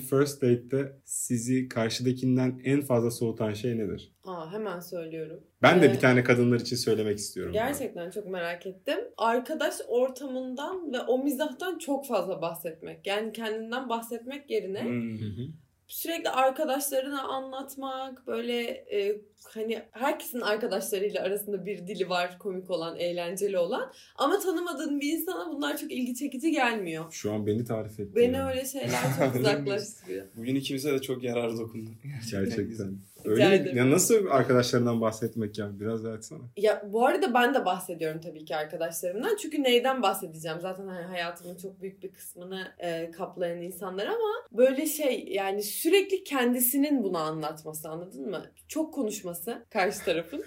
first date'te sizi karşıdakinden en fazla soğutan şey nedir? Hemen söylüyorum. Ben de bir tane kadınlar için söylemek istiyorum. Gerçekten çok merak ettim. Arkadaş ortamından ve o mizahtan çok fazla bahsetmek. Yani kendinden bahsetmek yerine sürekli arkadaşlarına anlatmak, böyle hani herkesin arkadaşlarıyla arasında bir dili var, komik olan, eğlenceli olan. Ama tanımadığın bir insana bunlar çok ilgi çekici gelmiyor. Şu an beni tarif etti. Beni öyle şeyler çok uzaklaştırıyor. Bugün ikimize de çok yararı dokundu. Gerçekten. Öyle ya, nasıl arkadaşlarından bahsetmek ya? Biraz daha etsene. Ya bu arada ben de bahsediyorum tabii ki arkadaşlarımdan. Çünkü neyden bahsedeceğim? Zaten hani hayatımın çok büyük bir kısmını kaplayan insanlar ama böyle yani sürekli kendisinin bunu anlatması, anladın mı? Çok konuşması karşı tarafın.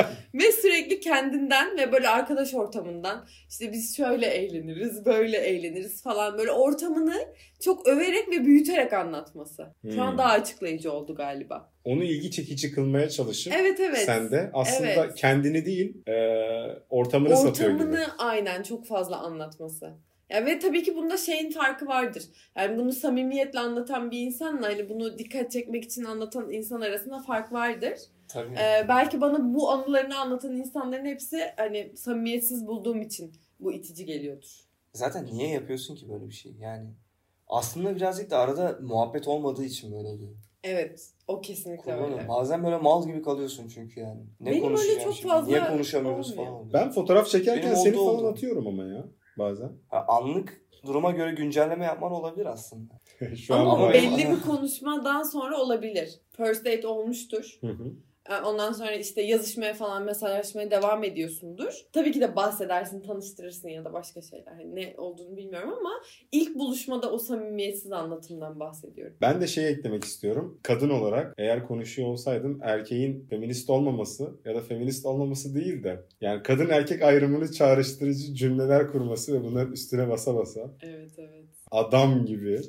Ve sürekli kendinden ve böyle arkadaş ortamından işte biz şöyle eğleniriz, böyle eğleniriz falan, böyle ortamını çok överek ve büyüterek anlatması. Şu an daha açıklayıcı oldu galiba. Onu ilgi çekici kılmaya çalışıp evet. sen de aslında kendini değil ortamını satıyor gibi. Ortamını aynen çok fazla anlatması. Ya ve tabii ki bunda şeyin farkı vardır. Yani bunu samimiyetle anlatan bir insanla hani bunu dikkat çekmek için anlatan insan arasında fark vardır. Tabii. Belki bana bu anılarını anlatan insanların hepsi hani samimiyetsiz bulduğum için bu itici geliyordur. Zaten niye yapıyorsun ki böyle bir şey? Yani aslında birazcık da arada muhabbet olmadığı için böyle oluyor. Evet. O kesinlikle öyle. Bazen böyle mal gibi kalıyorsun çünkü yani. Ne konuşacağım çok şimdi? fazla Niye konuşamıyoruz olmuyor. falan. Ben fotoğraf çekerken Benim seni oldu. falan atıyorum ama ya bazen. Anlık duruma göre güncelleme yapman olabilir aslında. Şu ama an o belli bir konuşmadan sonra olabilir. First date olmuştur. Ondan sonra işte yazışmaya falan, mesajlaşmaya devam ediyorsundur. Tabii ki de bahsedersin, tanıştırırsın ya da başka şeyler. Hani ne olduğunu bilmiyorum ama ilk buluşmada o samimiyetsiz anlatımdan bahsediyorum. Ben de eklemek istiyorum. Kadın olarak eğer konuşuyor olsaydım erkeğin feminist olmaması ya da feminist olmaması değil de yani kadın erkek ayrımını çağrıştırıcı cümleler kurması ve bunların üstüne basa basa. Evet. Adam gibi.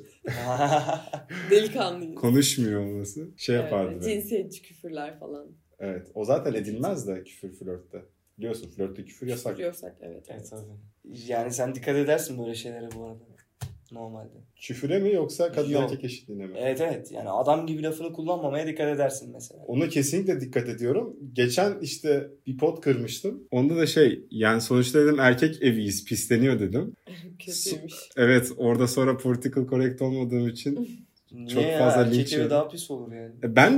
Delikanlıyız. Konuşmuyor olması yapardı. Cinsiyetçi küfürler falan. Evet. O zaten edilmez de küfür flörtte. Biliyorsun flörtte küfür yasak. Küfür yasak, evet. Tabii. Yani sen dikkat edersin böyle şeylere bu arada. Normalde. Küfüre mi yoksa kadın erkek eşitliğine mi? Evet. Yani adam gibi lafını kullanmamaya dikkat edersin mesela. Ona kesinlikle dikkat ediyorum. Geçen işte bir pot kırmıştım. Onda da yani sonuçta dedim erkek eviyiz, pisleniyor dedim. Kötüymüş. Evet, orada sonra political correct olmadığım için çok fazla linç erkek evi daha pis olur yani.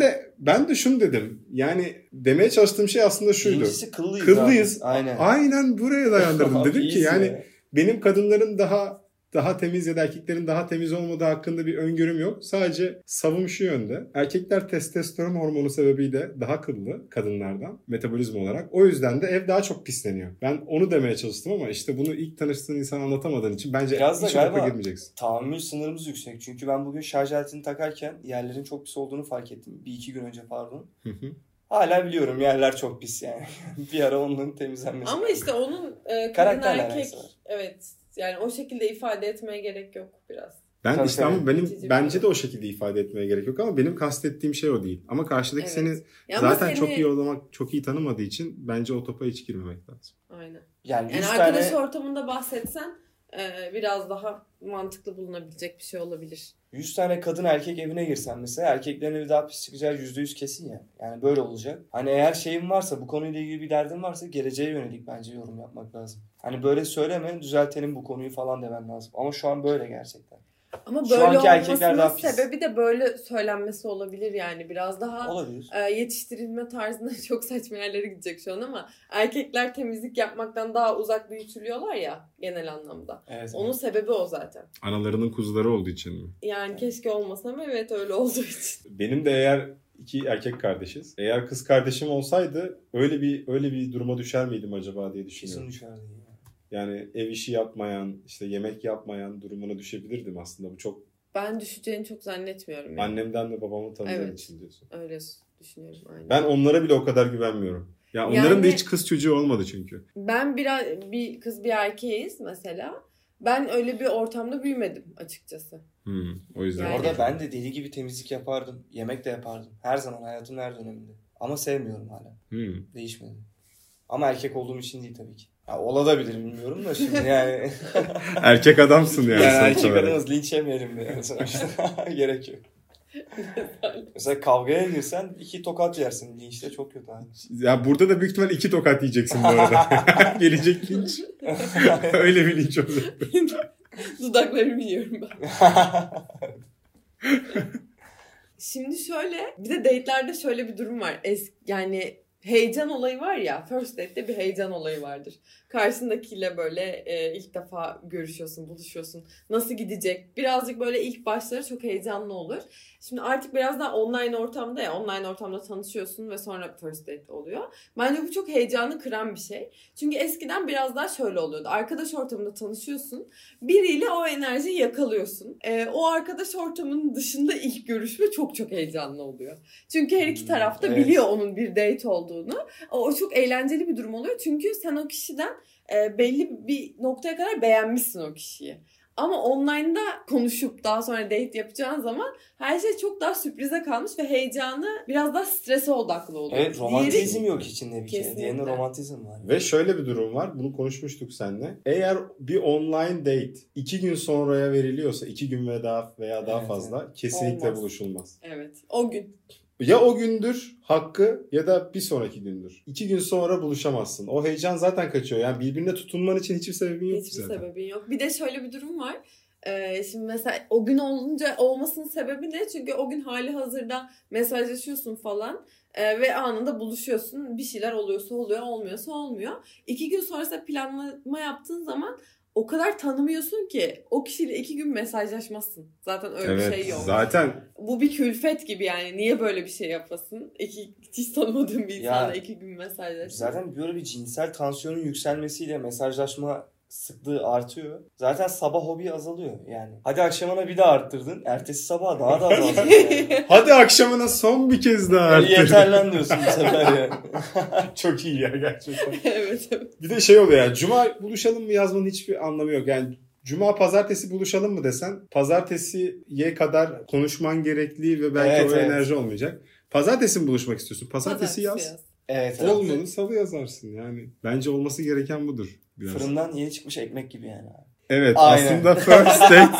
Ben de şunu dedim. Yani demeye çalıştığım şey aslında şuydu. Birincisi kıllıyız. Kıllıyız. Aynen Buraya dayandırdım. Dedim ki yani ya. benim kadınların daha temiz ya da erkeklerin daha temiz olmadığı hakkında bir öngörüm yok. Sadece savım şu yönde. Erkekler testosteron hormonu sebebiyle daha kıllı kadınlardan metabolizma olarak. O yüzden de ev daha çok pisleniyor. Ben onu demeye çalıştım ama işte bunu ilk tanıştığın insana anlatamadığın için bence hiç oraya girmeyeceksin. Tahammül sınırımız yüksek. Çünkü ben bugün şarj aletini takarken yerlerin çok pis olduğunu fark ettim. 1-2 gün önce pardon. Hala biliyorum yerler çok pis yani. Bir ara onun temizlenmesi. Ama işte onun kadın erkek yani o şekilde ifade etmeye gerek yok biraz. Ama bence de o şekilde ifade etmeye gerek yok ama benim kastettiğim şey o değil. Ama karşıdaki seni zaten çok iyi çok iyi tanımadığı için bence o topa hiç girmemek lazım. Aynen. Yani arkadaş ortamında bahsetsen biraz daha mantıklı bulunabilecek bir şey olabilir. 100 tane kadın erkek evine girsen mesela erkeklerin evi daha pis çıkacağı %100 kesin ya. Yani böyle olacak. Hani eğer şeyin varsa, bu konuyla ilgili bir derdin varsa geleceğe yönelik bence yorum yapmak lazım. Hani böyle söyleme, düzeltelim bu konuyu falan demen lazım. Ama şu an böyle gerçekten. Ama böyle olmasının sebebi de böyle söylenmesi olabilir yani. Biraz daha yetiştirilme tarzında çok saçma yerlere gidecek şu an ama erkekler temizlik yapmaktan daha uzak büyütülüyorlar ya genel anlamda. Evet, onun sebebi o zaten. Analarının kuzuları olduğu için mi? Yani keşke olmasa ama evet öyle olduğu için. Benim de eğer 2 erkek kardeşiz. Eğer kız kardeşim olsaydı öyle bir duruma düşer miydim acaba diye düşünüyorum. Kesin düşerdim. Yani ev işi yapmayan, işte yemek yapmayan durumuna düşebilirdim aslında. Bu çok... Ben düşeceğini çok zannetmiyorum. Yani. Annemden ve babamı tanıdığım için diyorsun. Öyle düşünüyorum. Aynen. Ben onlara bile o kadar güvenmiyorum. Ya onların da hiç kız çocuğu olmadı çünkü. Ben bir kız bir erkeğiz mesela. Ben öyle bir ortamda büyümedim açıkçası. O yüzden. Yani... Orada ben de deli gibi temizlik yapardım. Yemek de yapardım. Her zaman hayatımın her döneminde. Ama sevmiyorum hala. Değişmedi. Ama erkek olduğum için değil tabii ki. Ya, olabilir bilmiyorum da şimdi yani. Erkek adamsın yani. Yani sonuç erkek olarak. adamız linç yemeyelim de yani sonuçta. Gerek yok. Mesela kavgaya girsen 2 tokat yersin. Linç de çok kötü abi. Ya burada da büyük ihtimal 2 tokat yiyeceksin bu arada. Gelecek linç. Öyle bir linç olacak. Dudaklarımı yiyorum ben. Şimdi şöyle, bir de date'lerde şöyle bir durum var. Yani heyecan olayı var ya, first date'te bir heyecan olayı vardır. Karşındakiyle böyle ilk defa görüşüyorsun, buluşuyorsun. Nasıl gidecek? Birazcık böyle ilk başları çok heyecanlı olur. Şimdi artık biraz daha online ortamda ya, online ortamda tanışıyorsun ve sonra first date oluyor. Bence bu çok heyecanı kıran bir şey. Çünkü eskiden biraz daha şöyle oluyordu. Arkadaş ortamında tanışıyorsun. Biriyle o enerjiyi yakalıyorsun. O arkadaş ortamının dışında ilk görüşme çok çok heyecanlı oluyor. Çünkü her iki taraf da biliyor onun bir date olduğunu. O çok eğlenceli bir durum oluyor. Çünkü sen o kişiden belli bir noktaya kadar beğenmişsin o kişiyi. Ama online'da konuşup daha sonra date yapacağın zaman her şey çok daha sürprize kalmış ve heyecanı biraz daha strese odaklı oluyor. Evet, romantizm yok içinde bir kere. Diğerinde romantizm var. Ve şöyle bir durum var. Bunu konuşmuştuk seninle. Eğer bir online date 2 gün sonraya veriliyorsa, 2 gün veya daha fazla kesinlikle olmaz. buluşulmaz. Evet. O gün. Ya o gündür hakkı ya da bir sonraki gündür. 2 gün sonra buluşamazsın. O heyecan zaten kaçıyor. Yani birbirine tutunman için hiçbir sebebin yok Hiçbir zaten. sebebin yok. Bir de şöyle bir durum var. Şimdi mesela o gün olunca olmasının sebebi ne? Çünkü o gün hali hazırda mesajlaşıyorsun falan ve anında buluşuyorsun. Bir şeyler oluyorsa oluyor, olmuyorsa olmuyor. 2 gün sonrasında planlama yaptığın zaman o kadar tanımıyorsun ki o kişiyle 2 gün mesajlaşmazsın. Zaten öyle bir şey yok. Zaten Bu bir külfet gibi yani. Niye böyle bir şey yapasın? Hiç tanımadığın bir insanla 2 gün mesajlaşsın. Zaten böyle bir cinsel tansiyonun yükselmesiyle mesajlaşma sıklığı artıyor. Zaten sabah hobi azalıyor yani. Hadi akşamına bir daha arttırdın. Ertesi sabah daha da azalıyor yani. hadi akşamına son bir kez daha arttır. Yeter lan diyorsun bu sefer yani. Çok iyi ya gerçekten. Evet. Bir de şey oluyor yani. Cuma buluşalım mı yazmanın hiçbir anlamı yok. Yani Cuma pazartesi buluşalım mı desen pazartesiye kadar konuşman gerekli ve belki o enerji olmayacak. Pazartesi mi buluşmak istiyorsun? Pazartesi yaz. Evet. Olmadı salı yazarsın yani. Bence olması gereken budur. Biraz. Fırından yeni çıkmış ekmek gibi yani. Evet aynen. Aslında first date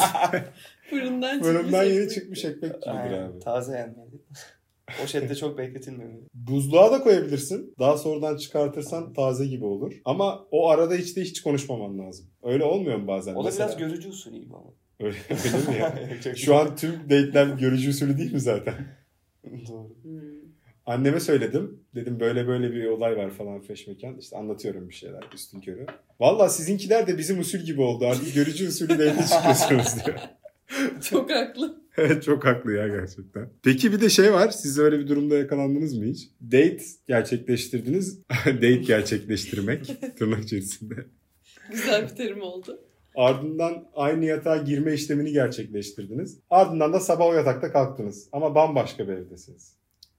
Fırından yeni çıkmış ekmek gibidir aynen. abi. Taze yenmeli. Poşette çok bekletilmemeli. Buzluğa da koyabilirsin. Daha sonradan çıkartırsan taze gibi olur. Ama o arada hiç konuşmaman lazım. Öyle olmuyor mu bazen? O da mesela? biraz görücü usulü gibi ama. Öyle mi ya? Şu an tüm date'ler görücü usulü değil mi zaten? Doğru. Anneme söyledim. Dedim böyle bir olay var falan feşmeken. İşte anlatıyorum bir şeyler üstünkörü. Valla sizinkiler de bizim usul gibi oldu. Artık görücü usulü date'e çıkıyorsunuz diyor. Çok haklı. Evet çok haklı ya gerçekten. Peki bir de şey var. Siz öyle bir durumda yakalandınız mı hiç? Date gerçekleştirdiniz. Date gerçekleştirmek tırnak içerisinde. Güzel bir terim oldu. Ardından aynı yatağa girme işlemini gerçekleştirdiniz. Ardından da sabah o yatakta kalktınız. Ama bambaşka bir evdesiniz.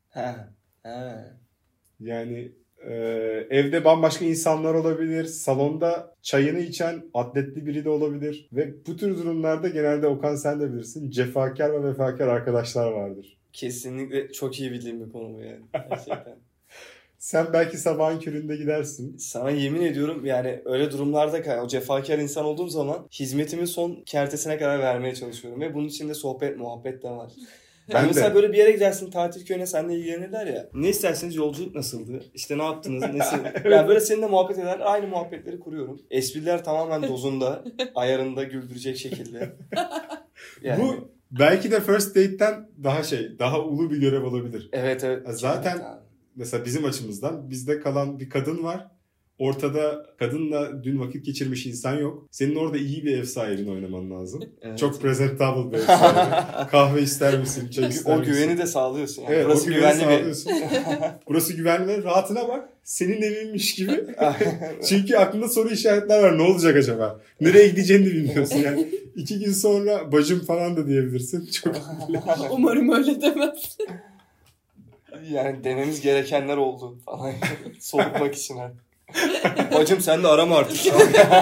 Yani evde bambaşka insanlar olabilir. Salonda çayını içen atletli biri de olabilir. Ve bu tür durumlarda genelde Okan sen de bilirsin. Cefakar ve vefakar arkadaşlar vardır. Kesinlikle çok iyi bildiğim bir konu bu yani. Gerçekten. Sen belki sabahın köründe gidersin. Sana yemin ediyorum yani öyle durumlarda o cefakar insan olduğum zaman hizmetimin son kertesine kadar vermeye çalışıyorum. Ve bunun içinde sohbet, muhabbet de var. Yani mesela böyle bir yere gidersin tatil köyüne seninle ilgilenirler ya. Ne isterseniz yolculuk nasıldı? İşte ne yaptınız? Yani böyle seninle muhabbet eder. Aynı muhabbetleri kuruyorum. Espriler tamamen dozunda, ayarında güldürecek şekilde. Yani. Bu belki de first date'ten daha ulu bir görev olabilir. Evet. Zaten mesela bizim açımızdan bizde kalan bir kadın var. Ortada kadınla dün vakit geçirmiş insan yok. Senin orada iyi bir ev sahibini oynaman lazım. Evet. Çok presentable bir ev sahibi. Kahve ister misin? Çay ister misin? O güveni de sağlıyorsun. Yani. Evet, burası güvenli sağlıyorsun. Burası güvenli. Rahatına bak. Senin evinmiş gibi. Çünkü aklında soru işaretler var. Ne olacak acaba? Nereye gideceğini de bilmiyorsun. Yani 2 gün sonra bacım falan da diyebilirsin. Çok Umarım öyle demez. Yani dememiz gerekenler oldu falan. Soğutmak için. Bacım sen de arama artık.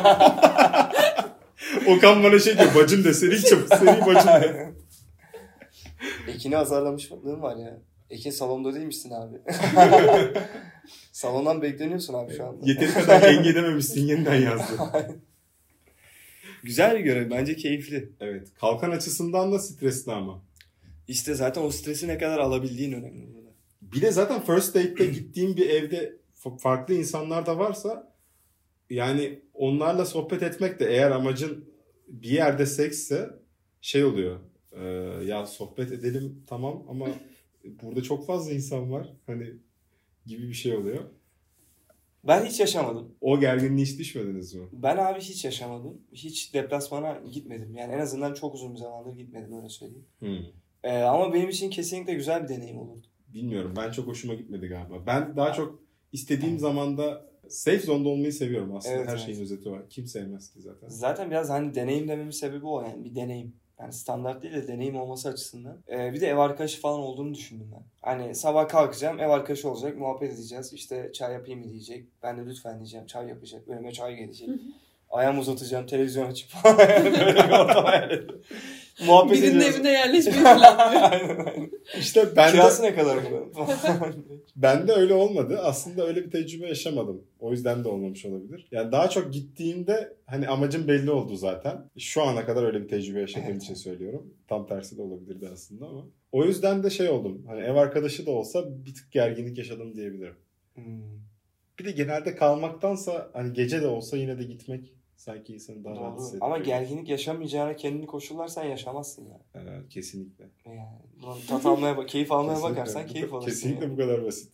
Okan bana diyor. Bacım de seri bacım de. Ekin'i azarlamışlığım var ya. Ekin salonda değilmişsin abi. Salondan bekleniyorsun abi şu anda. Yeteri kadar yenge edememişsin, yeniden yazdı. Güzel bir görev. Bence keyifli. Evet. Kalkan açısından da stresli ama. İşte zaten o stresi ne kadar alabildiğin önemli burada. Bir de zaten first date'te gittiğim bir evde farklı insanlar da varsa yani onlarla sohbet etmek de, eğer amacın bir yerde seksse şey oluyor. Ya sohbet edelim tamam ama burada çok fazla insan var. Hani gibi bir şey oluyor. Ben hiç yaşamadım. O gerginliğe hiç düşmediniz mi? Ben abi hiç yaşamadım. Hiç deplasmana gitmedim. Yani en azından çok uzun bir zamandır gitmedim, öyle söyleyeyim. Ama benim için kesinlikle güzel bir deneyim olurdu. Bilmiyorum. Ben çok hoşuma gitmedi galiba. Ben daha çok istediğim zamanda safe zone'da olmayı seviyorum aslında. Evet, her evet. şeyin özeti var. Kim sevmez ki zaten. Zaten biraz hani deneyim dememin sebebi o, yani bir deneyim. Yani standart değil de deneyim olması açısından. Bir de ev arkadaşı falan olduğunu düşündüm ben. Hani sabah kalkacağım, ev arkadaşı olacak, muhabbet edeceğiz. İşte çay yapayım mı diyecek. Ben de lütfen diyeceğim, çay yapacak. Önüme çay gelecek. Ayağımı uzatacağım, televizyon açıp falan. Böyle bir ortam hayal ediyorum. Muhabbet Birinin ediyoruz. evine yerleşmeyi planlıyor. Aynen. İşte ben Kirası de, ne kadar bu? ben de öyle olmadı. Aslında öyle bir tecrübe yaşamadım. O yüzden de olmamış olabilir. Yani daha çok gittiğimde hani amacım belli oldu zaten. Şu ana kadar öyle bir tecrübe yaşadığım için söylüyorum. Tam tersi de olabilirdi aslında ama. O yüzden de şey oldum. Hani ev arkadaşı da olsa bir tık gerginlik yaşadım diyebilirim. Bir de genelde kalmaktansa hani gece de olsa yine de gitmek sanki insanı daha rahat hissediyor. Ama gerginlik yaşamayacağına kendini koşullarsan yaşamazsın ya. Kesinlikle. Yani tat almaya, keyif almaya Kesinlikle. bakarsan keyif alırsın. Kesinlikle yani. bu kadar basit.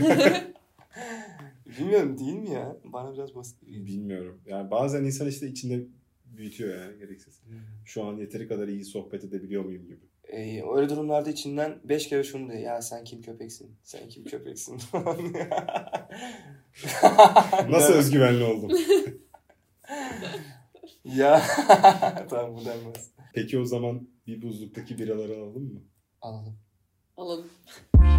Bilmiyorum, değil mi ya? Bana biraz basit geliyor. Bilmiyorum. Yani bazen insan işte içinde büyütüyor yani gereksiz. Şu an yeteri kadar iyi sohbet edebiliyor muyum gibi. Öyle durumlarda içinden 5 kere şunu de, ya sen kim köpeksin? Sen kim köpeksin? Nasıl özgüvenli oldum. Ya tamam, bu denmez. Peki o zaman bir buzluktaki biraları alalım mı? Alalım. Alalım.